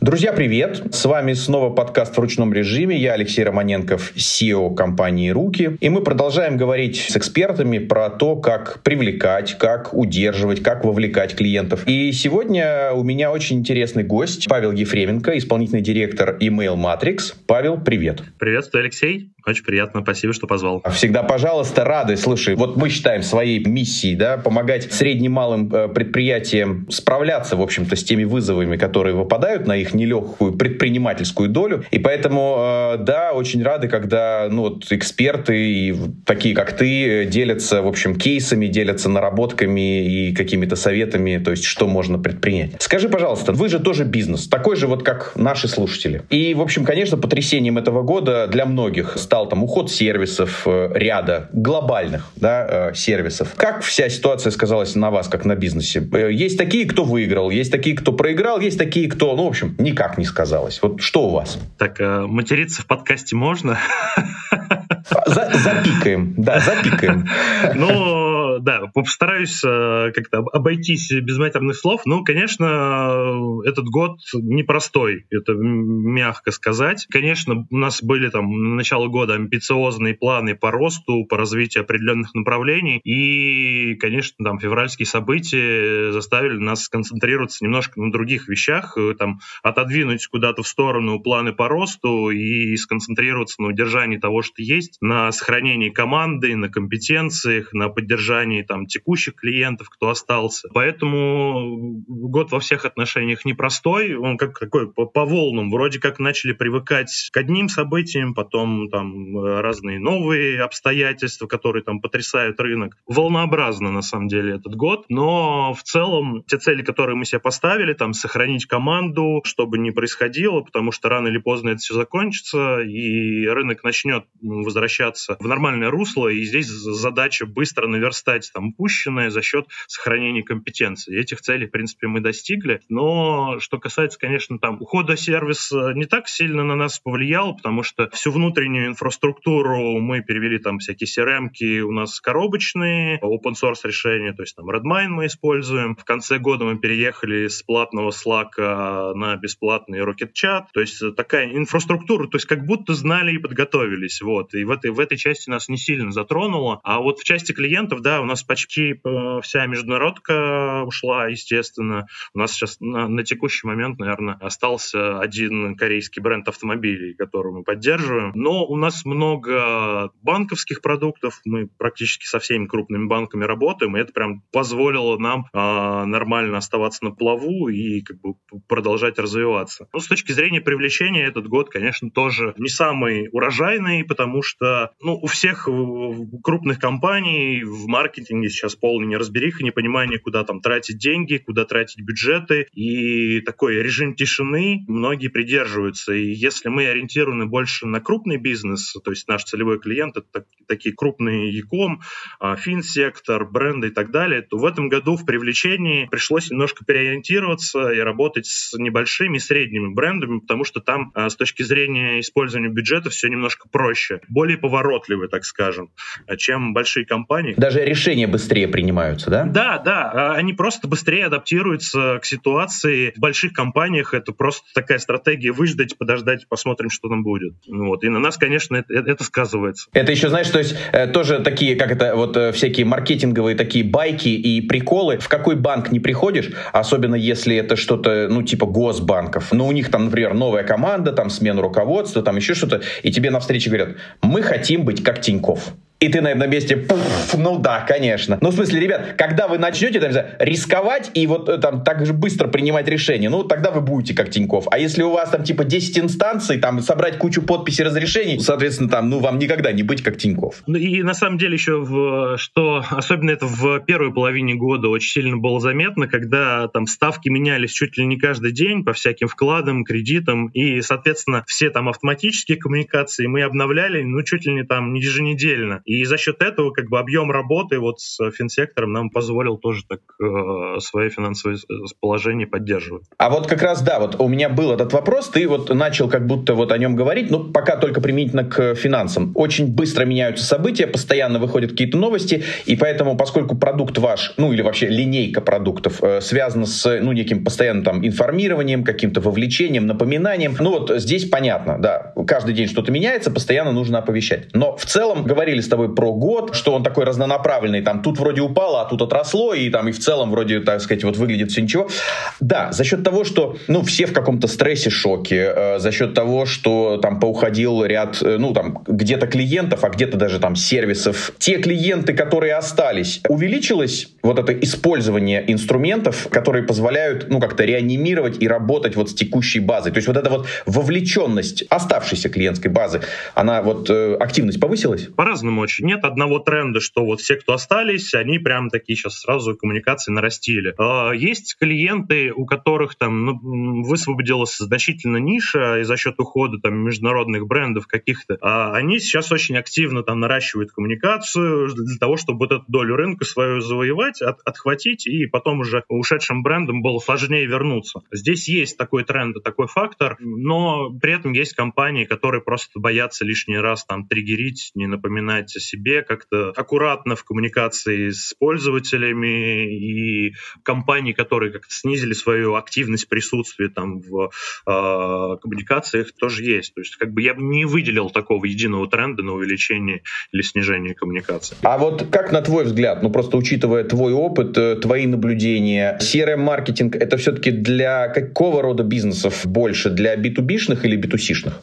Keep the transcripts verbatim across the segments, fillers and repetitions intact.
Друзья, привет! С вами снова подкаст в ручном режиме. Я Алексей Романенков, си и о компании «Руки». И мы продолжаем говорить с экспертами про то, как привлекать, как удерживать, как вовлекать клиентов. И сегодня у меня очень интересный гость Павел Ефременко, исполнительный директор Email Matrix. Павел, привет! Приветствую, Алексей. Очень приятно, спасибо, что позвал. Всегда, пожалуйста, рады. Слушай, вот мы считаем своей миссией, да, помогать средним и малым предприятиям справляться, в общем-то, с теми вызовами, которые выпадают на их нелегкую предпринимательскую долю. И поэтому, да, очень рады, когда ну, вот, эксперты, и такие как ты, делятся, в общем, кейсами, делятся наработками и какими-то советами, то есть, что можно предпринять. Скажи, пожалуйста, вы же тоже бизнес, такой же вот, как наши слушатели. И, в общем, конечно, потрясением этого года для многих стал там уход сервисов, ряда глобальных, да, сервисов. Как вся ситуация сказалась на вас, как на бизнесе? Есть такие, кто выиграл, есть такие, кто проиграл, есть такие, кто, ну, в общем, никак не сказалось. Вот что у вас? Так, материться в подкасте можно? За, запикаем, да, запикаем. Ну, да, постараюсь как-то обойтись без матерных слов. Ну, конечно, этот год непростой, это мягко сказать. Конечно, у нас были там на начало года амбициозные планы по росту, по развитию определенных направлений. И, конечно, там февральские события заставили нас сконцентрироваться немножко на других вещах, там, отодвинуть куда-то в сторону планы по росту и сконцентрироваться на удержании того, что есть, на сохранении команды, на компетенциях, на поддержании там текущих клиентов, кто остался. Поэтому год во всех отношениях непростой, он как такой по, по волнам. Вроде как начали привыкать к одним событиям, потом там разные новые обстоятельства, которые там потрясают рынок. Волнообразно на самом деле этот год, но в целом те цели, которые мы себе поставили, там сохранить команду, чтобы не происходило, потому что рано или поздно это все закончится, и рынок начнет возвращаться в нормальное русло, и здесь задача быстро наверстать там упущенное за счет сохранения компетенций. Этих целей, в принципе, мы достигли, но что касается, конечно, там ухода сервиса не так сильно на нас повлиял, потому что всю внутреннюю инфраструктуру мы перевели, там всякие си ар эм-ки у нас коробочные, open source решения, то есть там Redmine мы используем. В конце года мы переехали с платного Slack на бесплатный RocketChat, то есть такая инфраструктура, то есть как будто знали и подготовились, вот, и в этой, в этой части нас не сильно затронуло, а вот в части клиентов, да, у нас почти вся международка ушла, естественно, у нас сейчас на, на текущий момент, наверное, остался один корейский бренд автомобилей, который мы поддерживаем, но у нас много банковских продуктов, мы практически со всеми крупными банками работаем, и это прям позволило нам а, нормально оставаться на плаву и как бы продолжать развиваться. Ну, с точки зрения привлечения этот год, конечно, тоже не самый урожайный, потому что ну, у всех крупных компаний в маркетинге сейчас полная неразбериха, непонимание, куда там тратить деньги, куда тратить бюджеты, и такой режим тишины многие придерживаются. И если мы ориентированы больше на крупный бизнес, то есть наш целевой клиент — это так, такие крупные e-com, финсектор, бренды и так далее, то в этом году в привлечении пришлось немножко переориентироваться и работать с небольшими и средними брендами, потому что там с точки зрения использования бюджета все немножко проще, более поворотливые, так скажем, чем большие компании. Даже решения быстрее принимаются, да? Да, да, они просто быстрее адаптируются к ситуации. В больших компаниях это просто такая стратегия: выждать, подождать, посмотрим, что там будет. Вот. И на нас, конечно, это, это сказывается. Это еще, знаешь, то есть э, тоже такие, как это, вот э, всякие маркетинговые такие байки и приколы. В какой банк не приходишь, особенно если это что-то, ну, типа госбанков, но у них там, например, новая команда, там смена руководства, там еще что-то, и тебе навстречу говорят: мы хотим быть как Тинькофф. И ты на этом месте, пуф, ну да, конечно. Ну, в смысле, ребят, когда вы начнете там, рисковать и вот там так же быстро принимать решения, ну, тогда вы будете как Тинькофф. А если у вас там типа десять инстанций, там собрать кучу подписей разрешений, соответственно, там, ну, вам никогда не быть как Тинькофф. Ну, и на самом деле еще, в, что особенно это в первой половине года очень сильно было заметно, когда там ставки менялись чуть ли не каждый день по всяким вкладам, кредитам, и, соответственно, все там автоматические коммуникации мы обновляли, ну, чуть ли не там еженедельно. И за счет этого как бы объем работы вот с финсектором нам позволил тоже так э, свое финансовое положение поддерживать. А вот как раз, да, вот у меня был этот вопрос, ты вот начал как будто вот о нем говорить, но пока только применительно к финансам. Очень быстро меняются события, постоянно выходят какие-то новости, и поэтому, поскольку продукт ваш, ну или вообще линейка продуктов, э, связана с, ну, неким постоянным там информированием, каким-то вовлечением, напоминанием, ну вот здесь понятно, да, каждый день что-то меняется, постоянно нужно оповещать. Но в целом говорили с тобой про год, что он такой разнонаправленный, там тут вроде упало, а тут отросло, и там и в целом вроде, так сказать, вот выглядит все ничего. Да, за счет того, что, ну, все в каком-то стрессе, шоке, э, за счет того, что там поуходил ряд, э, ну, там, где-то клиентов, а где-то даже там сервисов. Те клиенты, которые остались, увеличилось вот это использование инструментов, которые позволяют, ну, как-то реанимировать и работать вот с текущей базой. То есть вот эта вот вовлеченность оставшейся клиентской базы, она вот, э, активность повысилась? По-разному очень. Нет одного тренда, что вот все, кто остались, они прям такие сейчас сразу коммуникации нарастили. Э, есть клиенты, у которых там, ну, высвободилась значительно ниша, и за счет ухода там международных брендов каких-то, а они сейчас очень активно там наращивают коммуникацию для того, чтобы вот эту долю рынка свою завоевать, от, отхватить, и потом уже ушедшим брендам было сложнее вернуться. Здесь есть такой тренд и такой фактор, но при этом есть компании, которые просто боятся лишний раз там триггерить, не напоминать о себе, как-то аккуратно в коммуникации с пользователями, и компании, которые как-то снизили свою активность присутствия там в э, коммуникациях, тоже есть. То есть как бы я бы не выделил такого единого тренда на увеличение или снижение коммуникаций. А вот как на твой взгляд, ну просто учитывая твой опыт, твои наблюдения, си ар эм-маркетинг это все-таки для какого рода бизнесов больше? Для би ту би-шных или би ту си-шных?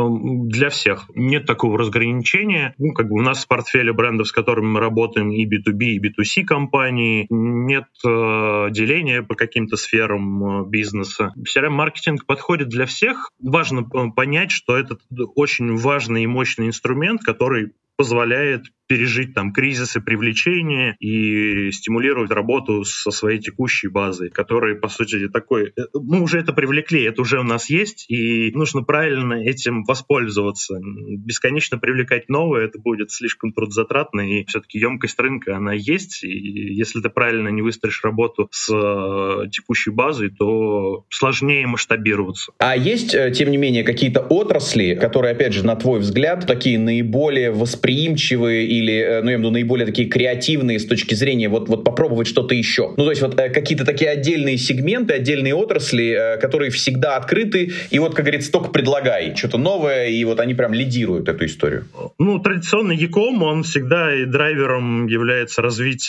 Для всех. Нет такого разграничения. Ну, как бы у нас в портфеле брендов, с которыми мы работаем, и би ту би, и би ту си компании. Нет э, деления по каким-то сферам э, бизнеса. си ар эм-маркетинг подходит для всех. Важно понять, что это очень важный и мощный инструмент, который позволяет пережить там кризисы привлечения и стимулировать работу со своей текущей базой, которая, по сути, такой... Мы уже это привлекли, это уже у нас есть, и нужно правильно этим воспользоваться. Бесконечно привлекать новое, это будет слишком трудозатратно, и все-таки емкость рынка, она есть, и если ты правильно не выстроишь работу с текущей базой, то сложнее масштабироваться. А есть, тем не менее, какие-то отрасли, которые, опять же, на твой взгляд, такие наиболее восприимчивые или, ну, я имею в виду, наиболее такие креативные с точки зрения вот, вот попробовать что-то еще? Ну, то есть вот какие-то такие отдельные сегменты, отдельные отрасли, которые всегда открыты, и вот, как говорится, только предлагай что-то новое, и вот они прям лидируют эту историю. Ну, традиционный e-com, он всегда и драйвером является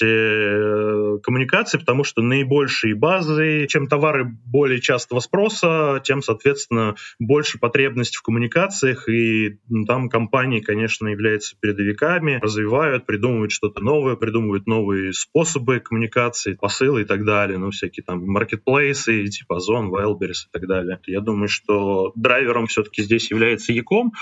развитие коммуникации, потому что наибольшие базы, чем товары более частого спроса, тем, соответственно, больше потребность в коммуникациях, и ну, там компании, конечно, являются передовиками, развивают, придумывают что-то новое, придумывают новые способы коммуникации, посылы и так далее, ну, всякие там маркетплейсы, типа Озон, Wildberries и так далее. Я думаю, что драйвером все-таки здесь является e-com,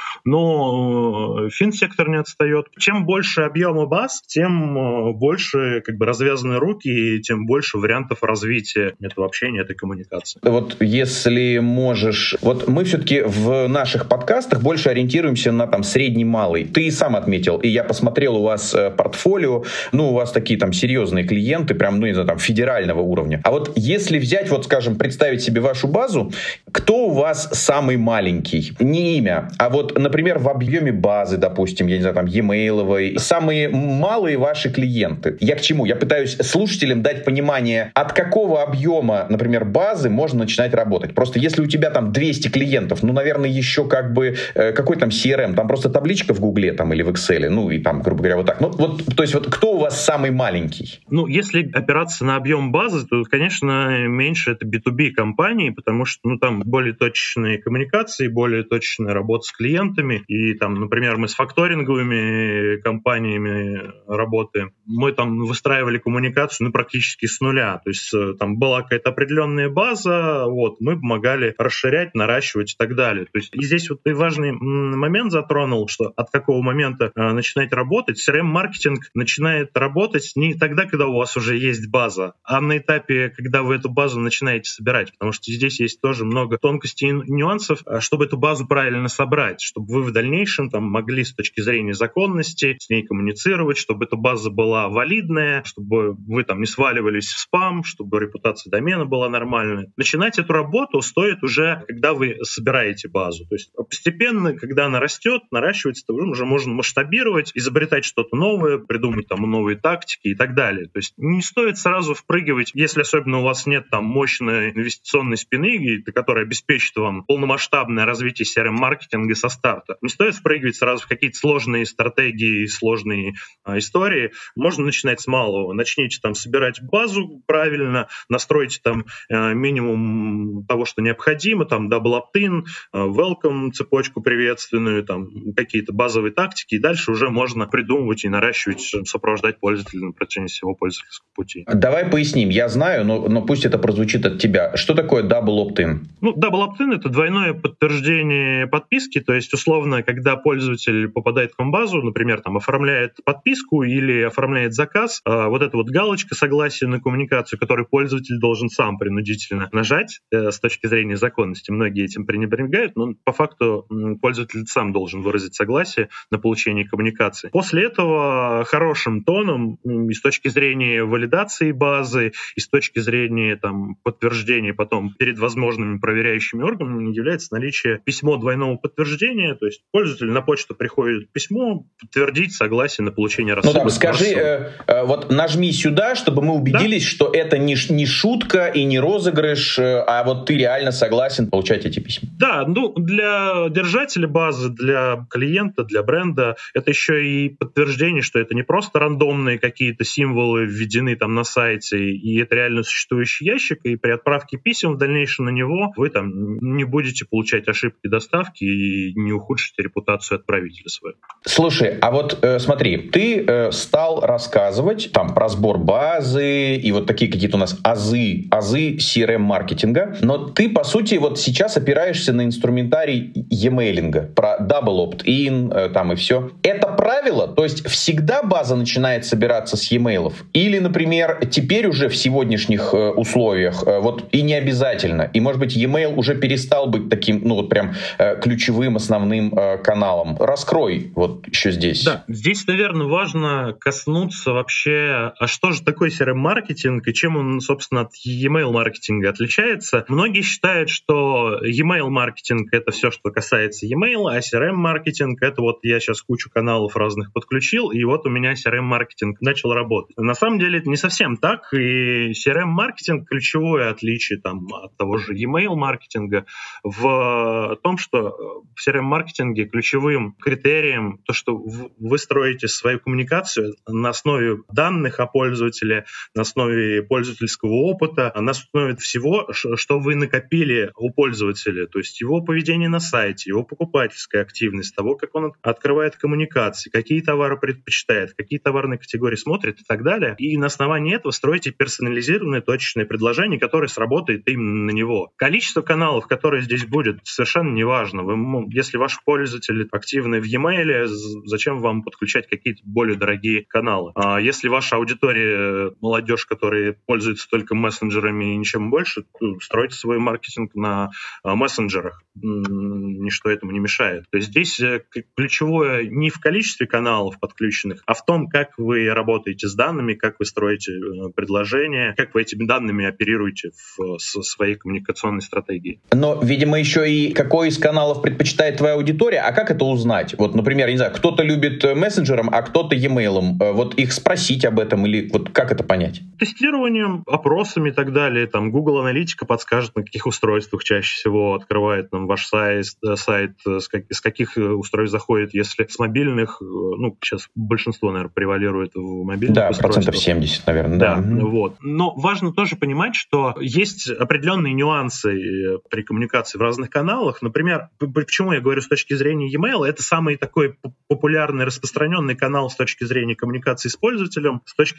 но финсектор не отстает. Чем больше объема баз, тем больше как бы развязаны руки, и тем больше вариантов развития этого общения, этой коммуникации. Вот если можешь... Вот мы все-таки в наших подкастах больше ориентируемся на там средний-малый. Ты и сам отметил, и я посмотрел у вас э, портфолио, ну, у вас такие там серьезные клиенты, прям, ну, не знаю, там, федерального уровня. А вот если взять, вот, скажем, представить себе вашу базу, кто у вас самый маленький? Не имя, а вот, например, в объеме базы, допустим, я не знаю, там, e-mail'овой, самые малые ваши клиенты. Я к чему? Я пытаюсь слушателям дать понимание, от какого объема, например, базы можно начинать работать. Просто если у тебя там двести клиентов, ну, наверное, еще как бы, э, какой там си ар эм, там просто табличка в Гугле там, или в Excel, ну, и там, грубо говоря, вот так. Ну, вот, то есть, вот кто у вас самый маленький? Ну, если опираться на объем базы, то, конечно, меньше это би ту би компании, потому что, ну, там более точечные коммуникации, более точечная работа с клиентами, и там, например, мы с факторинговыми компаниями работаем. Мы там выстраивали коммуникацию коммуникацию, ну, практически с нуля. То есть там была какая-то определенная база, вот, мы помогали расширять, наращивать и так далее. То есть и здесь вот ты важный момент затронул, что от какого момента э, начинать работать. си ар эм-маркетинг начинает работать не тогда, когда у вас уже есть база, а на этапе, когда вы эту базу начинаете собирать, потому что здесь есть тоже много тонкостей и нюансов, чтобы эту базу правильно собрать, чтобы вы в дальнейшем там могли с точки зрения законности с ней коммуницировать, чтобы эта база была валидная, чтобы вы там не сваливались в спам, чтобы репутация домена была нормальная. Начинать эту работу стоит уже, когда вы собираете базу. То есть постепенно, когда она растет, наращивается, то уже можно масштабировать, изобретать что-то новое, придумать там новые тактики и так далее. То есть не стоит сразу впрыгивать, если особенно у вас нет там мощной инвестиционной спины, которая обеспечит вам полномасштабное развитие си ар эм-маркетинга со старта. Не стоит впрыгивать сразу в какие-то сложные стратегии, сложные а, истории. Можно начинать с малого. Начните там собирать базу правильно, настройте там а, минимум того, что необходимо, там double opt-in, а, welcome, цепочку приветственную, там какие-то базовые тактики, и дальше уже можно придумывать и наращивать, сопровождать пользователя на протяжении всего пользовательского пути. Давай поясним. Я знаю, но, но пусть это прозвучит от тебя. Что такое double opt-in? Ну, double opt-in — это двойное подтверждение подписки, то есть, условно, когда пользователь попадает в базу, например, там, оформляет подписку или оформляет заказ, вот эта вот галочка согласия на коммуникацию, которую пользователь должен сам принудительно нажать э, с точки зрения законности. Многие этим пренебрегают, но по факту пользователь сам должен выразить согласие на получение коммуникации. После этого хорошим тоном и с точки зрения валидации базы, и с точки зрения там, подтверждения потом перед возможными проверяющими органами является наличие письмо двойного подтверждения, то есть пользователю на почту приходит письмо, подтвердить согласие на получение рассылки. Ну там, скажи, э, э, вот нажми сюда, чтобы мы убедились, да? Что это не, не шутка и не розыгрыш, э, а вот ты реально согласен получать эти письма. Да, ну для держателя базы, для клиента, для бренда это еще и подтверждение, что это не просто рандомные какие-то символы введены там на сайте, и это реально существующий ящик, и при отправке писем в дальнейшем на него вы там не будете получать ошибки доставки и не ухудшите репутацию отправителя своего. Слушай, а вот э, смотри, ты э, стал рассказывать там про сбор базы и вот такие какие-то у нас азы, азы си ар эм-маркетинга, но ты, по сути, вот сейчас опираешься на инструментарий e-mail'инга, про double opt-in э, там и все. Это правило? То есть всегда база начинает собираться с e-mail'ов? Или, например, теперь уже в сегодняшних э, условиях э, вот и не обязательно, и, может быть, e-mail уже перестал быть таким, ну вот прям э, ключевым основным э, каналом. Раскрой вот еще здесь. Да, здесь, наверное, важно коснуться вообще, а что же такое си ар эм-маркетинг и чем он, собственно, от e-mail-маркетинга отличается. Многие считают, что e-mail-маркетинг — это все, что касается e-mail, а си ар эм-маркетинг — это вот я сейчас кучу каналов разных подключил, и вот у меня си ар эм-маркетинг начал работать. На самом деле это не совсем так, и си ар эм-маркетинг, ключевое отличие там, от того же e-mail-маркетинга в том, что в си ар эм-маркетинге ключевым критерием то, что вы строите свою коммуникацию на основе данных о пользователе, на основе пользовательского опыта, на основе всего, что вы накопили у пользователя, то есть его поведение на сайте, его покупательская активность, того, как он открывает коммуникации, какие товары предпочитает, какие товарные категории смотрит и так далее. И на основании этого строите персонализированное точечное предложение, которое сработает именно на него. Количество каналов, которые здесь будет, совершенно не важно. Вы, если ваш пользователь активный в e-mail, зачем вам подключать какие-то более дорогие каналы? А если ваша аудитория молодежь, которая пользуется только мессенджерами и ничем больше, стройте свой маркетинг на мессенджерах. Ничто этому не мешает. То есть здесь ключевое не в количестве каналов подключенных, а в том, как вы работаете с данными, как вы строите предложения, как вы этими данными оперируете в своей коммуникационной стратегии. Но, видимо, еще и какой из каналов предпочитает твоя аудитория, а как это узнать? Вот, например, не знаю, кто-то любит мессенджером, а кто-то e-mail. Вот их спросить об этом или вот как это понять? Тестированием, опросами и так далее. Там Google Аналитика подскажет, на каких устройствах чаще всего открывает нам ваш сайт, сайт с, как, с каких устройств заходит. Если с мобильных, ну, сейчас большинство, наверное, превалирует в мобильных да, устройствах. процентов семьдесят, наверное. Да, да. Вот. Но важно тоже понимать, что есть определенные нюансы при коммуникации в разных каналах. Например, почему я говорю с точки зрения e-mail, это самый такой популярный, распространенный канал с точки зрения коммуникации с пользователем. С точки зрения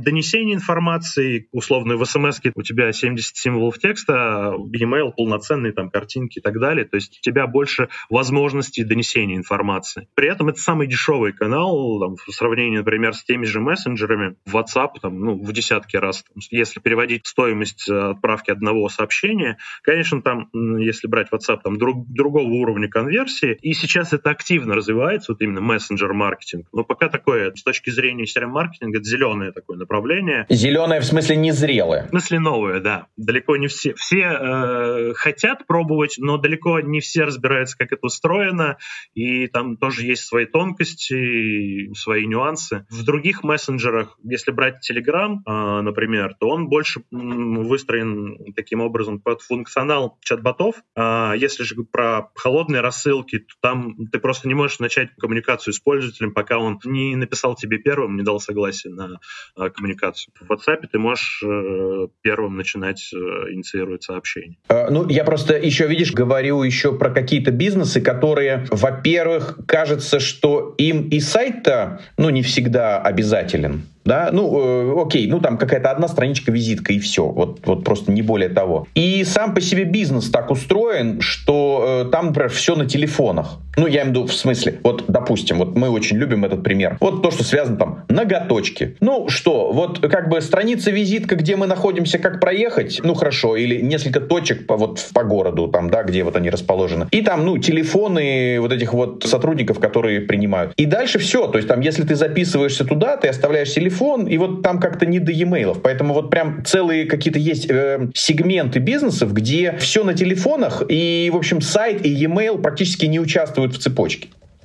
донесения информации, условно в смс-ке у тебя семьдесят символов текста, e-mail полноценные, там, картинки и так далее. То есть у тебя больше возможностей донесения информации. При этом это самый дешевый канал, там, в сравнении, например, с теми же мессенджерами. WhatsApp там, ну, в десятки раз. Если переводить стоимость отправки одного сообщения, конечно, там, если брать WhatsApp, там друг, другого уровня конверсии, и сейчас это активно развивается, вот именно мессенджер-маркетинг. Но пока такое, с точки зрения си ар эм-маркетинга, это зеленое такое направление. Зеленое в смысле незрелое? В смысле новое, да. Далеко не все. Все э, хотят пробовать, но далеко не все разбираются, как это устроено, и там тоже есть свои тонкости, свои нюансы. В других мессенджерах, если брать Telegram, э, например, то он больше м, выстроен таким образом под функционал чат-ботов. А если же про холодные рассылки, то там ты просто не можешь начать коммуникацию с пользователем, пока он не написал тебе первым, не дал согласие на э, коммуникацию. В WhatsApp ты можешь э, первым начинать э, инициировать сообщение. Э, ну, я просто еще, видишь, говорю еще про какие-то бизнесы, которые, во-первых, кажется, что им и сайт-то, ну, не всегда обязателен. Да, ну, э, окей, ну там какая-то одна страничка, визитка и все, вот, вот просто не более того. И сам по себе бизнес так устроен, что э, там, например, все на телефонах. Ну, я имею в виду, в смысле, вот, допустим, вот мы очень любим этот пример. Вот то, что связано там, ноготочки. Ну, что, вот как бы страница-визитка, где мы находимся, как проехать, ну, хорошо, или несколько точек по, вот по городу, там, да, где вот они расположены. И там, ну, телефоны вот этих вот сотрудников, которые принимают. И дальше все, то есть там, если ты записываешься туда, ты оставляешь телефон, и вот там как-то не до e-mail. Поэтому вот прям целые какие-то есть э, сегменты бизнесов, где все на телефонах, и, в общем, сайт и e-mail практически не участвуют в цепочке.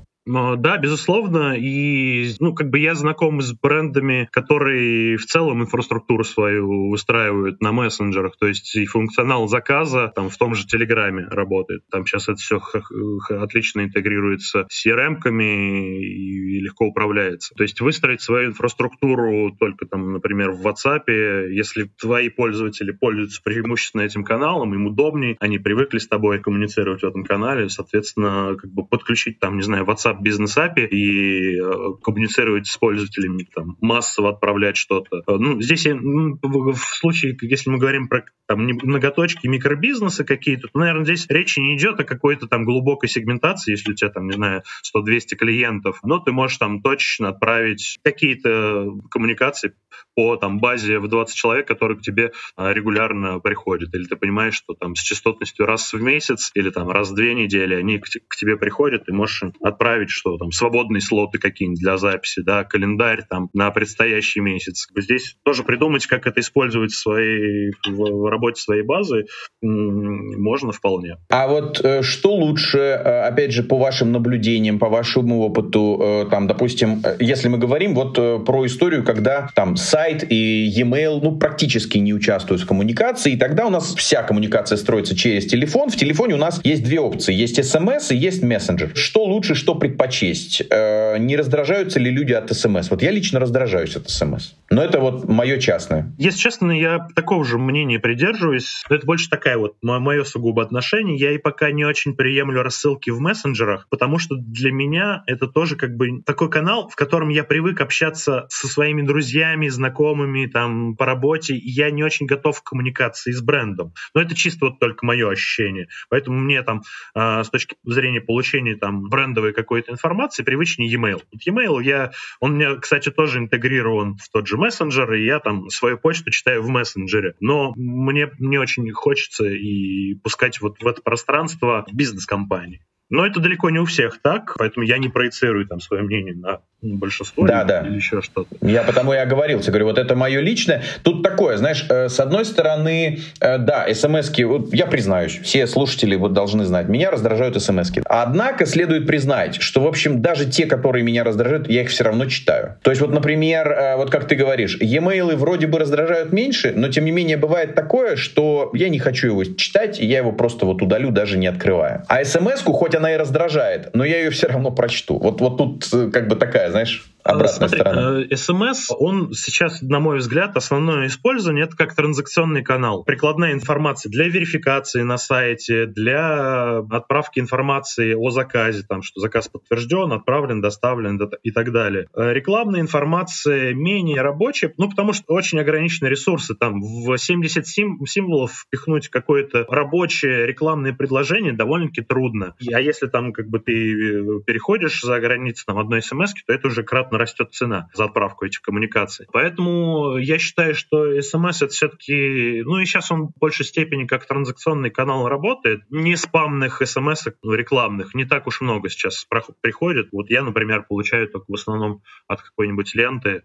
Да, безусловно, и ну, как бы я знаком с брендами, которые в целом инфраструктуру свою выстраивают на мессенджерах, то есть и функционал заказа там в том же Телеграме работает. Там сейчас это все отлично интегрируется с си ар эм-ками и легко управляется. То есть выстроить свою инфраструктуру только там, например, в WhatsApp, если твои пользователи пользуются преимущественно этим каналом, им удобнее, они привыкли с тобой коммуницировать в этом канале, соответственно, как бы подключить там, не знаю, WhatsApp бизнес-эй пи ай и э, коммуницировать с пользователями, там, массово отправлять что-то. Ну, здесь ну, в случае, если мы говорим про там, многоточки, микробизнесы какие-то, то, наверное, здесь речи не идет о какой-то там глубокой сегментации, если у тебя там, не знаю, сто-двести клиентов, но ты можешь там точечно отправить какие-то коммуникации по там базе в двадцать человек, которые к тебе а, регулярно приходят. Или ты понимаешь, что там с частотностью раз в месяц или там раз в две недели они к, к тебе приходят, ты можешь отправить что там свободные слоты какие-нибудь для записи, да, календарь там на предстоящий месяц. Здесь тоже придумать, как это использовать в своей в работе своей базы, можно вполне. А вот э, что лучше, э, опять же, по вашим наблюдениям, по вашему опыту, э, там, допустим, э, если мы говорим вот э, про историю, когда там сайт и e-mail, ну, практически не участвуют в коммуникации, и тогда у нас вся коммуникация строится через телефон. В телефоне у нас есть две опции. Есть эс эм эс и есть мессенджер. Что лучше, что предпочесть? Э, не раздражаются ли люди от эс эм эс? Вот я лично раздражаюсь от эс эм эс. Но это вот мое частное. Если честно, я такого же мнения придерживаюсь. Но это больше такая вот мое сугубо отношение. Я и пока не очень приемлю рассылки в мессенджерах, потому что для меня это тоже как бы такой канал, в котором я привык общаться со своими друзьями, знакомыми там по работе, и я не очень готов к коммуникации с брендом. Но это чисто вот только мое ощущение. Поэтому мне там э, с точки зрения получения там брендовой какой-то информации привычнее e-mail. Вот e-mail я, он у меня, кстати, тоже интегрирован в тот же мессенджер, и я там свою почту читаю в мессенджере. Но мне не очень хочется и пускать вот в это пространство бизнес-компании. Но это далеко не у всех так, поэтому я не проецирую там свое мнение на большинство да, или, да. или еще что-то. Я потому и оговорился, говорю, вот это мое личное. Тут такое, знаешь, э, с одной стороны, э, да, смс-ки, вот я признаюсь, все слушатели вот должны знать, меня раздражают смс-ки. Однако следует признать, что, в общем, даже те, которые меня раздражают, я их все равно читаю. То есть вот, например, э, вот как ты говоришь, e-mail вроде бы раздражают меньше, но тем не менее бывает такое, что я не хочу его читать, и я его просто вот удалю, даже не открывая. А смс-ку хоть она и раздражает, но я ее все равно прочту. Вот, вот тут как бы такая, знаешь, обратная Смотри, сторона. эс эм эс, он сейчас, на мой взгляд, основное использование — это как транзакционный канал. Прикладная информация для верификации на сайте, для отправки информации о заказе, там, что заказ подтвержден, отправлен, доставлен и так далее. Рекламная информация менее рабочая, ну, потому что очень ограничены ресурсы. Там в семьдесят символов впихнуть какое-то рабочее рекламное предложение довольно-таки трудно. А если там как бы ты переходишь за границу там, одной эс эм эс, то это уже кратно растет цена за отправку этих коммуникаций. Поэтому я считаю, что эс эм эс — это все-таки, ну и сейчас он в большей степени как транзакционный канал работает. Не спамных эс эм эс, ну, рекламных, не так уж много сейчас приходит. Вот я, например, получаю только в основном от какой-нибудь ленты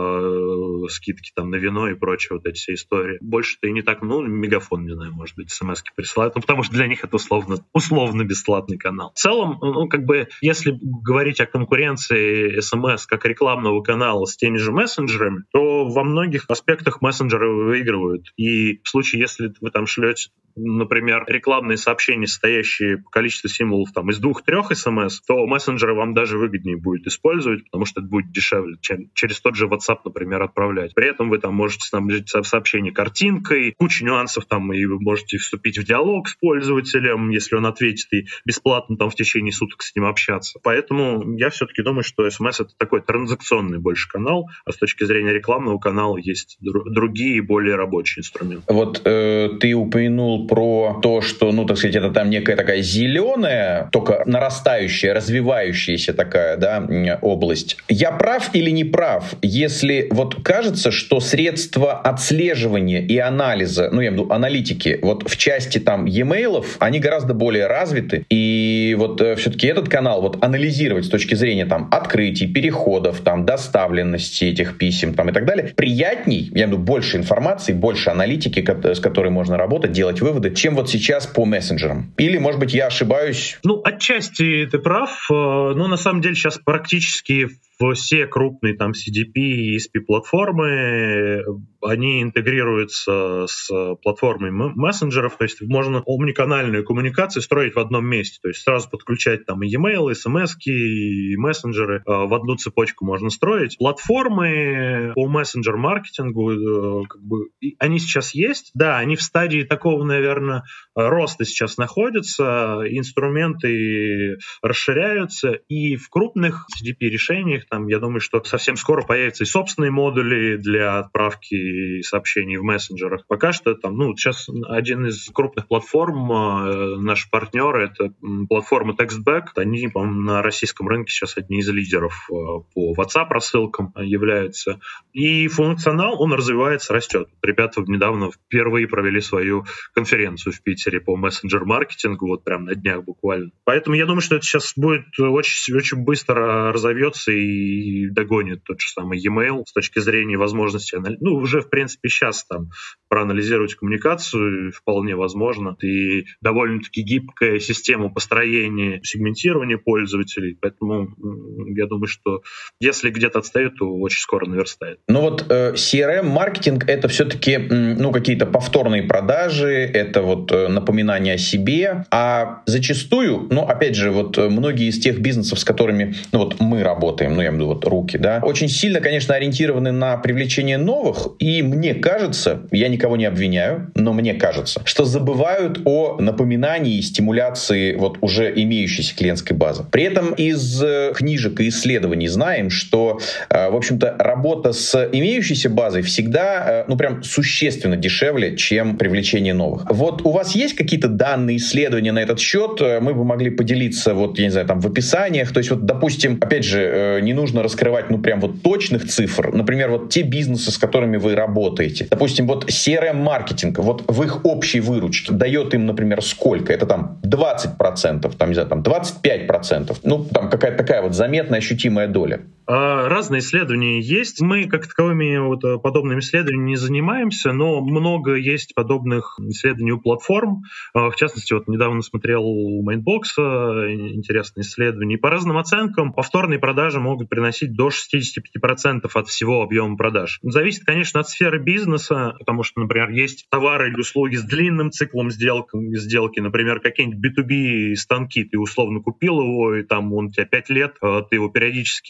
э, скидки там на вино и прочее, вот эти все истории. Больше-то и не так, ну, Мегафон, не знаю, может быть, эс эм эс-ки присылают, ну, потому что для них это условно, условно бесплатный канал. В целом, ну, как бы, если говорить о конкуренции эс эм эс как рекламного канала с теми же мессенджерами, то во многих аспектах мессенджеры выигрывают. И в случае, если вы там шлете, например, рекламные сообщения, состоящие по количеству символов там, из двух-трех эс эм эс, то мессенджеры вам даже выгоднее будет использовать, потому что это будет дешевле, чем через тот же WhatsApp, например, отправлять. При этом вы там можете снабдить сообщение картинкой, куча нюансов там, и вы можете вступить в диалог с пользователем, если он ответит, и бесплатно там в течение суток с ним общаться. Поэтому я все-таки думаю, что эс эм эс — это такой транзакционный больше канал, а с точки зрения рекламного канала есть дру- другие, более рабочие инструменты. Вот э, ты упомянул про то, что, ну, так сказать, это там некая такая зеленая, только нарастающая, развивающаяся такая, да, область. Я прав или не прав, если вот кажется, что средства отслеживания и анализа, ну, я имею в виду аналитики, вот в части там e-mail, они гораздо более развиты, и вот э, все-таки этот канал вот анализировать с точки зрения там открытий, переходов, там доставленности этих писем там и так далее, приятней, я имею в виду больше информации, больше аналитики, с которой можно работать, делать выводы, чем вот сейчас по мессенджерам. Или, может быть, я ошибаюсь? Ну, отчасти ты прав, но на самом деле сейчас практически все крупные там си ди пи и и эс пи-платформы, они интегрируются с платформой мессенджеров, то есть можно омниканальную коммуникацию строить в одном месте, то есть сразу подключать там и e-mail, и эс эм эс-ки, и мессенджеры в одну цепочку можно строить. Платформы по мессенджер-маркетингу, как бы, они сейчас есть, да, они в стадии такого, наверное, роста сейчас находятся, инструменты расширяются, и в крупных си ди пи-решениях там, я думаю, что совсем скоро появятся и собственные модули для отправки сообщений в мессенджерах. Пока что там, ну, сейчас один из крупных платформ, э, наши партнеры, это платформа TextBack. Они, по-моему, на российском рынке сейчас одни из лидеров э, по WhatsApp-рассылкам являются. И функционал, он развивается, растет. Ребята недавно впервые провели свою конференцию в Питере по мессенджер-маркетингу, вот прям на днях буквально. Поэтому я думаю, что это сейчас будет очень, очень быстро разовьется и догонит тот же самый e-mail с точки зрения возможности, ну, уже, в принципе, сейчас там проанализировать коммуникацию вполне возможно. И довольно-таки гибкая система построения, сегментирования пользователей. Поэтому я думаю, что если где-то отстает, то очень скоро наверстает. Ну вот э, си ар эм-маркетинг — это все-таки м, ну, какие-то повторные продажи, это вот э, напоминание о себе. А зачастую, ну, опять же, вот многие из тех бизнесов, с которыми ну, вот мы работаем, ну, я имею в виду вот руки, да, очень сильно, конечно, ориентированы на привлечение новых. И мне кажется, я никого не обвиняю, но мне кажется, что забывают о напоминании и стимуляции вот уже имеющейся клиентской базы. При этом из э, книжек и исследований знаем, что, э, в общем-то, работа с имеющейся базой всегда, э, ну, прям существенно дешевле, чем привлечение новых. Вот у вас есть какие-то данные, исследования на этот счет? Мы бы могли поделиться, вот, я не знаю, там, в описаниях. То есть, вот, допустим, опять же, э, не нужно раскрывать, ну, прям вот точных цифр. Например, вот те бизнесы, с которыми вы работаете. Допустим, вот си ар эм-маркетинг, вот в их общей выручке дает им, например, сколько? Это там двадцать процентов, там, не знаю, там двадцать пять процентов. Ну, там какая-то такая вот заметная, ощутимая доля. Разные исследования есть. Мы, как таковыми вот, подобными исследованиями не занимаемся, но много есть подобных исследований у платформ. В частности, вот недавно смотрел у Майндбокса интересные исследования. И по разным оценкам повторные продажи могут приносить до шестьдесят пять процентов от всего объема продаж. Зависит, конечно, от сферы бизнеса, потому что, например, есть товары или услуги с длинным циклом сделки, сделки, например, какие-нибудь би ту би станки, ты условно купил его, и там он у тебя пять лет, ты его периодически, может,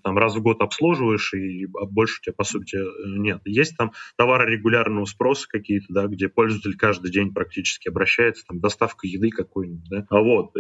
там раз в год обслуживаешь, и больше у тебя, по сути, нет. Есть там товары регулярного спроса какие-то, да, где пользователь каждый день практически обращается, там, доставка еды какой-нибудь, да. А вот,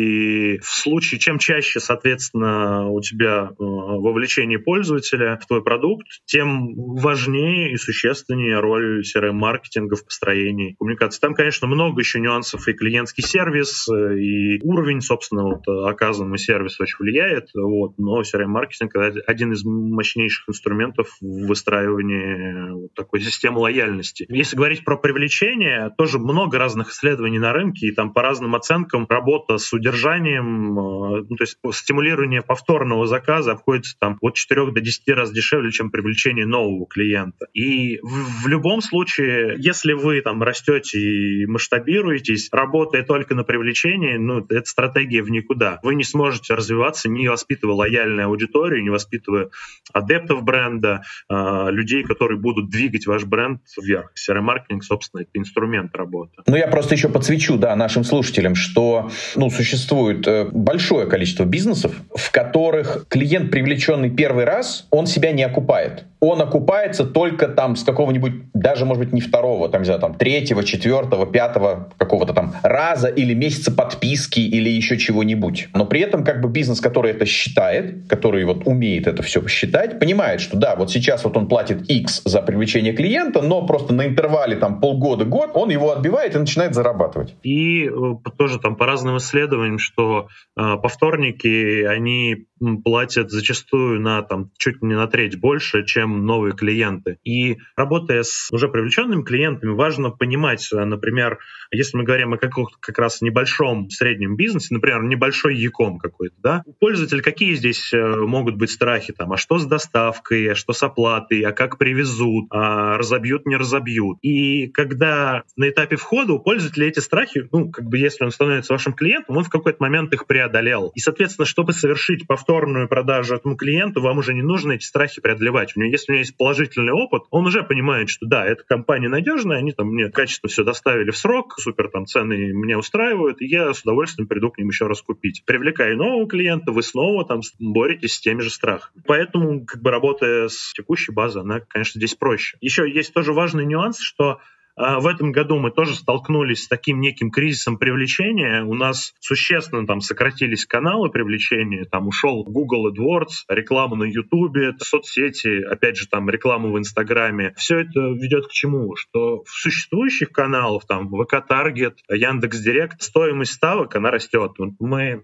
и в случае, чем чаще, соответственно, у тебя э, вовлечение пользователя в твой продукт, тем важнее и существеннее роль си ар эм-маркетинга в построении коммуникации. Там, конечно, много еще нюансов, и клиентский сервис, и уровень, собственно, вот, оказанный сервис очень влияет, вот, но си ар эм-маркетинг — это один из мощнейших инструментов в выстраивании вот такой системы лояльности. Если говорить про привлечение, тоже много разных исследований на рынке, и там по разным оценкам работа с удержанием, ну, то есть стимулирование повторного заказа обходится там от четырёх до десяти раз дешевле, чем привлечение нового клиента. И в, в любом случае, если вы там растете и масштабируетесь, работая только на привлечении, ну, это стратегия в никуда. Вы не сможете развиваться, не воспитывая лояльную аудиторию, не воспитывая адептов бренда, э, людей, которые будут двигать ваш бренд вверх. си ар эм-маркетинг, собственно, это инструмент работы. Ну, я просто еще подсвечу, да, нашим слушателям, что, ну, существует э, большое количество бизнесов, в которых клиент, привлеченный первый раз, он себя не окупает. Он окупается только там с какого-нибудь, даже, может быть, не второго, там, не знаю, там, третьего, четвертого, пятого какого-то там раза или месяца подписки или еще чего-нибудь. Но при этом как бы бизнес, который это считает, который вот умеет это все считать, понимает, что да, вот сейчас вот он платит X за привлечение клиента, но просто на интервале там полгода-год он его отбивает и начинает зарабатывать. И э, тоже там по разным исследованиям, что э, повторники, они платят зачастую на там чуть не на треть больше, чем новые клиенты. И работая с уже привлеченными клиентами, важно понимать, например, если мы говорим о каком-то как раз небольшом среднем бизнесе, например, небольшой e-com какой-то, да, у пользователя какие здесь могут быть страхи? Там, а что с доставкой, а что с оплатой, а как привезут, а разобьют, не разобьют. И когда на этапе входа у пользователя эти страхи, ну, как бы если он становится вашим клиентом, он в какой-то момент их преодолел. И, соответственно, чтобы совершить повторную продажу этому клиенту, вам уже не нужно эти страхи преодолевать. У него, если у него есть положительный опыт, он уже понимает, что да, эта компания надежная, они там мне качественно все доставили в срок, супер там цены меня устраивают, и я с удовольствием приду к ним еще раз купить. Привлекая нового клиента, вы снова там боретесь с теми же страхами. Поэтому, как бы работая с текущей базой, она, конечно, здесь проще. Еще есть тоже важный нюанс, что в этом году мы тоже столкнулись с таким неким кризисом привлечения. У нас существенно там сократились каналы привлечения. Там ушел Google AdWords, реклама на YouTube, соцсети, опять же, там реклама в Инстаграме. Все это ведет к чему? Что в существующих каналах, там ви кей Target, Яндекс.Директ, стоимость ставок, она растет. Мы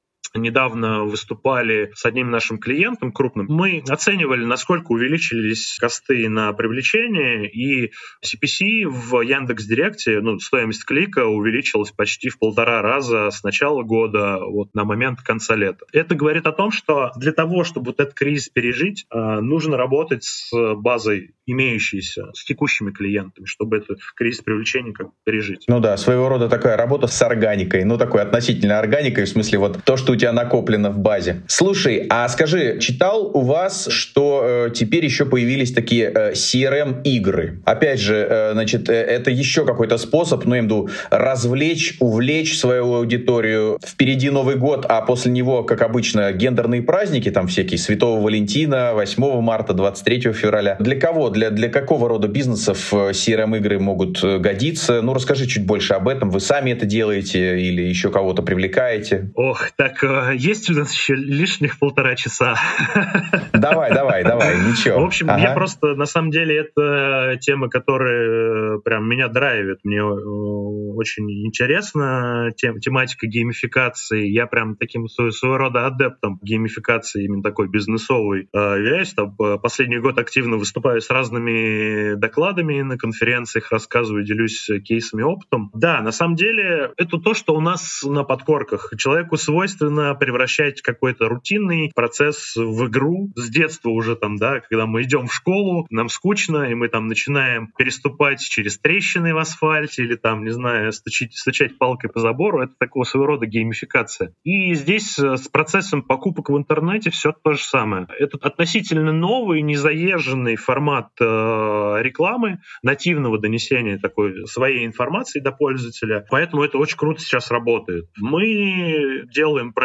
недавно выступали с одним нашим клиентом крупным. Мы оценивали, насколько увеличились косты на привлечение, и си пи си в Яндекс.Директе, ну, стоимость клика увеличилась почти в полтора раза с начала года вот, на момент конца лета. Это говорит о том, что для того, чтобы вот этот кризис пережить, нужно работать с базой имеющейся, с текущими клиентами, чтобы этот кризис привлечения как бы пережить. Ну да, своего рода такая работа с органикой, ну такой относительно органикой, в смысле вот то, что у тебя накоплено в базе. Слушай, а скажи, читал у вас, что э, теперь еще появились такие э, си ар эм-игры? Опять же, э, значит, э, это еще какой-то способ, ну, я имею в виду, развлечь, увлечь свою аудиторию. Впереди Новый год, а после него, как обычно, гендерные праздники, там всякие Святого Валентина, восьмого марта, двадцать третьего февраля. Для кого? Для, для какого рода бизнесов си ар эм-игры могут годиться? Ну, расскажи чуть больше об этом. Вы сами это делаете или еще кого-то привлекаете? Ох, так есть у нас еще лишних полтора часа. Давай, давай, давай, ничего. В общем, ага. Я просто, на самом деле, это тема, которая прям меня драйвит. Мне очень интересна тем, тематика геймификации. Я прям таким своего рода адептом геймификации, именно такой бизнесовой, являюсь. Там последний год активно выступаю с разными докладами на конференциях, рассказываю, делюсь кейсами, опытом. Да, на самом деле, это то, что у нас на подкорках. Человеку свойственно превращать какой-то рутинный процесс в игру. С детства уже там, да, когда мы идем в школу, нам скучно, и мы там начинаем переступать через трещины в асфальте или там, не знаю, стучить, стучать палкой по забору. Это такого своего рода геймификация. И здесь с процессом покупок в интернете все то же самое. Это относительно новый, незаезженный формат э, рекламы, нативного донесения такой своей информации до пользователя. Поэтому это очень круто сейчас работает. Мы делаем проект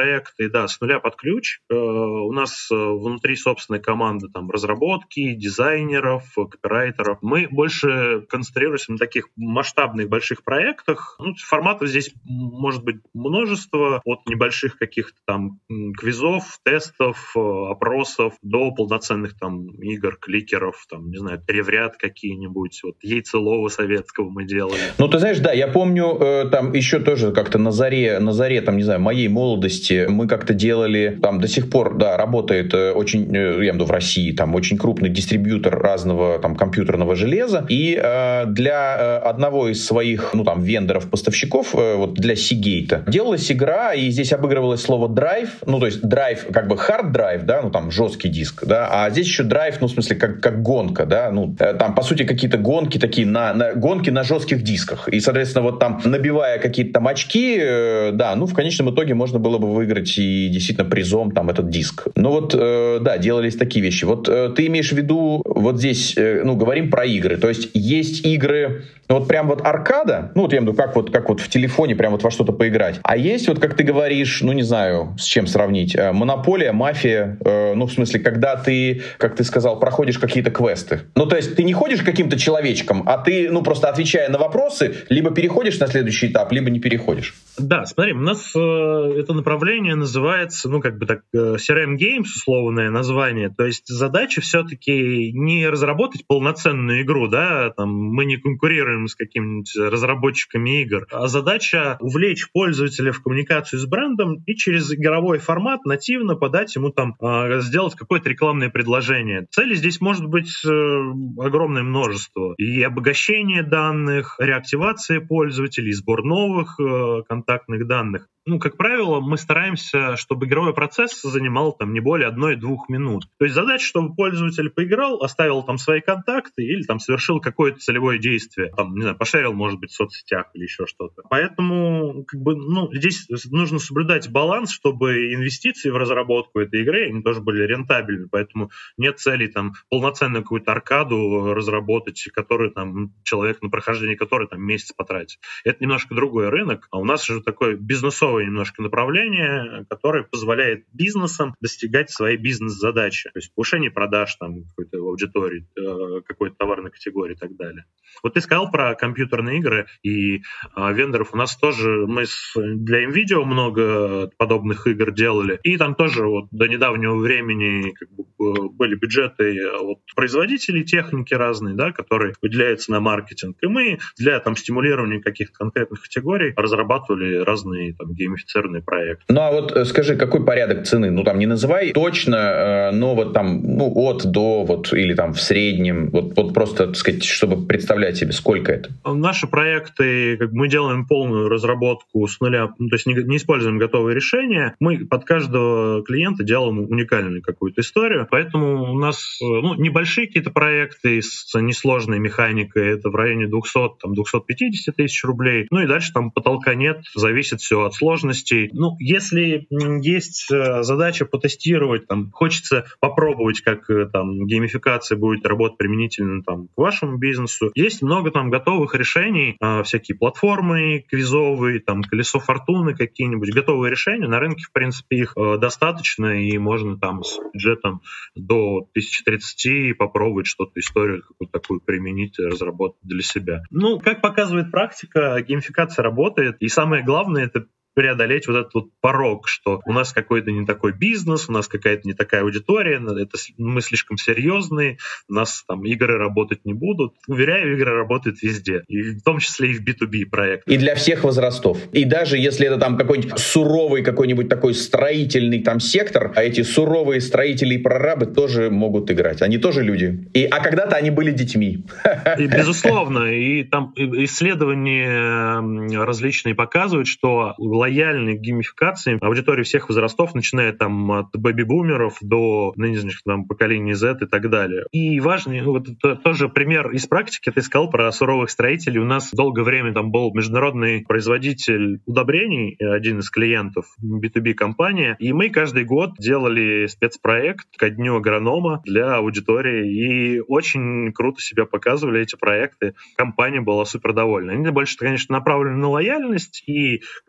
проекты, да, с нуля под ключ. У нас внутри собственной команды там разработки, дизайнеров, копирайтеров. Мы больше концентрируемся на таких масштабных больших проектах. Ну, форматов здесь может быть множество, от небольших каких-то там квизов, тестов, опросов до полноценных там игр, кликеров, там, не знаю, три в ряд какие-нибудь, вот яйцелова советского мы делали. Ну, ты знаешь, да, я помню, э, там еще тоже как-то на заре, на заре, там, не знаю, моей молодости мы как-то делали, там до сих пор, да, работает э, очень, э, я имею в виду в России, там очень крупный дистрибьютор разного там компьютерного железа, и э, для э, одного из своих, ну, там, вендоров-поставщиков, э, вот для Seagate, делалась игра, и здесь обыгрывалось слово драйв, ну, то есть драйв, как бы hard drive, да, ну, там, жесткий диск, да, а здесь еще драйв, ну, в смысле, как, как гонка, да, ну, э, там, по сути, какие-то гонки такие, на, на гонки на жестких дисках, и, соответственно, вот там, набивая какие-то там очки, э, да, ну, в конечном итоге можно было бы выиграть и действительно призом там этот диск. Ну, вот, э, да, делались такие вещи. Вот э, ты имеешь в виду, вот здесь, э, ну, говорим про игры, то есть есть игры, вот прям вот аркада, ну, вот я имею в виду, как вот, как вот в телефоне прям вот во что-то поиграть, а есть вот, как ты говоришь, ну, не знаю, с чем сравнить, э, монополия, мафия, э, ну, в смысле, когда ты, как ты сказал, проходишь какие-то квесты. Ну, то есть ты не ходишь каким-то человечком, а ты, ну, просто отвечая на вопросы, либо переходишь на следующий этап, либо не переходишь. Да, смотри, у нас э, это направление называется, ну, как бы так, э, си ар эм Games, условное название, то есть задача все-таки не разработать полноценную игру, да, там, мы не конкурируем с какими-нибудь разработчиками игр, а задача увлечь пользователя в коммуникацию с брендом и через игровой формат нативно подать ему там, э, сделать какое-то рекламное предложение. Целей здесь может быть э, огромное множество. И обогащение данных, реактивация пользователей, сбор новых э, контактных данных. Ну, как правило, мы стараемся, чтобы игровой процесс занимал там не более одной-двух минут. То есть задача, чтобы пользователь поиграл, оставил там свои контакты или там совершил какое-то целевое действие. Там, не знаю, пошарил, может быть, в соцсетях или еще что-то. Поэтому, как бы, ну, здесь нужно соблюдать баланс, чтобы инвестиции в разработку этой игры, они тоже были рентабельны. Поэтому нет цели там полноценную какую-то аркаду разработать, который там человек на прохождение которой там месяц потратит. Это немножко другой рынок, а у нас же такое бизнесовое немножко направление, которое позволяет бизнесам достигать своей бизнес-задачи. То есть повышение продаж там какой-то аудитории, какой-то товарной категории и так далее. Вот ты сказал про компьютерные игры и а, вендоров. У нас тоже, мы с, для NVIDIA много подобных игр делали. И там тоже вот до недавнего времени как бы, были бюджеты от производителей техники разные, да, которые выделяются на маркетинг. И мы для там, стимулирования каких-то конкретных категорий разрабатывали разные там, геймифицированные проекты. Ну а вот скажи, какой порядок цены? Ну там не называй точно, но вот там ну, от до, вот, или там в среднем, вот, вот просто, так сказать, чтобы представлять себе, сколько это? Наши проекты, как мы делаем полную разработку с нуля, ну, то есть не, не используем готовые решения, мы под каждого клиента делаем уникальную какую-то историю, поэтому у нас ну, небольшие какие-то проекты с несложной механикой, это в районе двухсот, там, двухсот пятидесяти тысяч рублей, ну и дальше там потолка нет, зависит все от сложностей. Ну, если есть задача потестировать, там, хочется попробовать, как там геймификация будет работать применительно там, к вашему бизнесу, есть много там готовых решений, э, всякие платформы квизовые, там, колесо фортуны какие-нибудь, готовые решения. На рынке, в принципе, их э, достаточно, и можно там с бюджетом до тысячи тридцати попробовать что-то, историю какую-то такую применить, разработать для себя. Ну, как показывает практика, геймификация работает, и самое главное — это преодолеть вот этот вот порог, что у нас какой-то не такой бизнес, у нас какая-то не такая аудитория, это мы слишком серьезные, у нас там игры работать не будут. Уверяю, игры работают везде, и в том числе и в би ту би проектах. И для всех возрастов. И даже если это там какой-нибудь суровый какой-нибудь такой строительный там сектор, а эти суровые строители и прорабы тоже могут играть. Они тоже люди. И, а когда-то они были детьми. И, безусловно. И там исследования различные показывают, что лояльной к геймификации аудитории всех возрастов, начиная там от бэби-бумеров до нынешних там поколений Z и так далее. И важный, вот это тоже пример из практики, ты сказал про суровых строителей. У нас долгое время там был международный производитель удобрений, один из клиентов, би ту би компания, и мы каждый год делали спецпроект ко дню агронома для аудитории, и очень круто себя показывали эти проекты. Компания была супер довольна. Они больше, конечно, направлены на лояльность и на узнаваемость,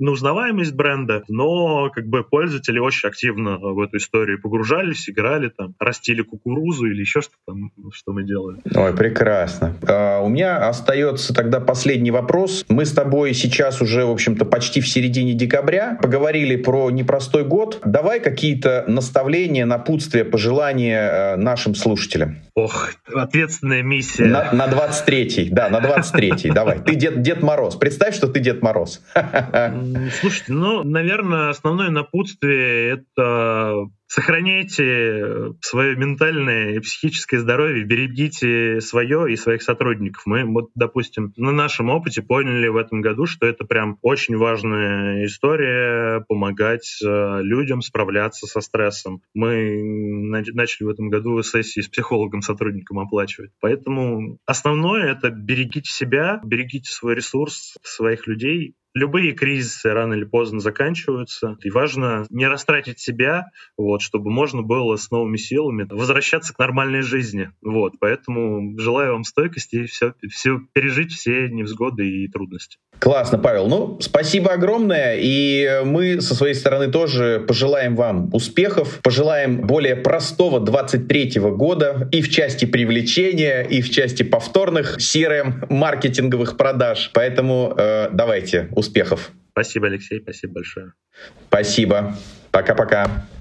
узнаваемость бренда, но как бы пользователи очень активно в эту историю погружались, играли там, растили кукурузу или еще что-то там, что мы делали. Ой, прекрасно. А, у меня остается тогда последний вопрос. Мы с тобой сейчас уже, в общем-то, почти в середине декабря поговорили про непростой год. Давай какие-то наставления, напутствия, пожелания нашим слушателям. Ох, ответственная миссия. На, на двадцать третий, да, на двадцать третий. Давай, ты Дед, Дед Мороз. Представь, что ты Дед Мороз. Слушайте, ну, наверное, основное напутствие — это сохраняйте свое ментальное и психическое здоровье, берегите свое и своих сотрудников. Мы, вот, допустим, на нашем опыте поняли в этом году, что это прям очень важная история — помогать э, людям справляться со стрессом. Мы начали в этом году сессии с психологом, сотрудникам оплачивать. Поэтому основное — это берегите себя, берегите свой ресурс, своих людей. Любые кризисы рано или поздно заканчиваются, и важно не растратить себя, вот, чтобы можно было с новыми силами возвращаться к нормальной жизни. Вот, поэтому желаю вам стойкости и все, все пережить все невзгоды и трудности. Классно, Павел. Ну, спасибо огромное. И мы со своей стороны тоже пожелаем вам успехов, пожелаем более простого двадцать третьего года и в части привлечения, и в части повторных си ар эм-маркетинговых продаж. Поэтому э, давайте, успехов. Спасибо, Алексей, спасибо большое. Спасибо. Пока-пока.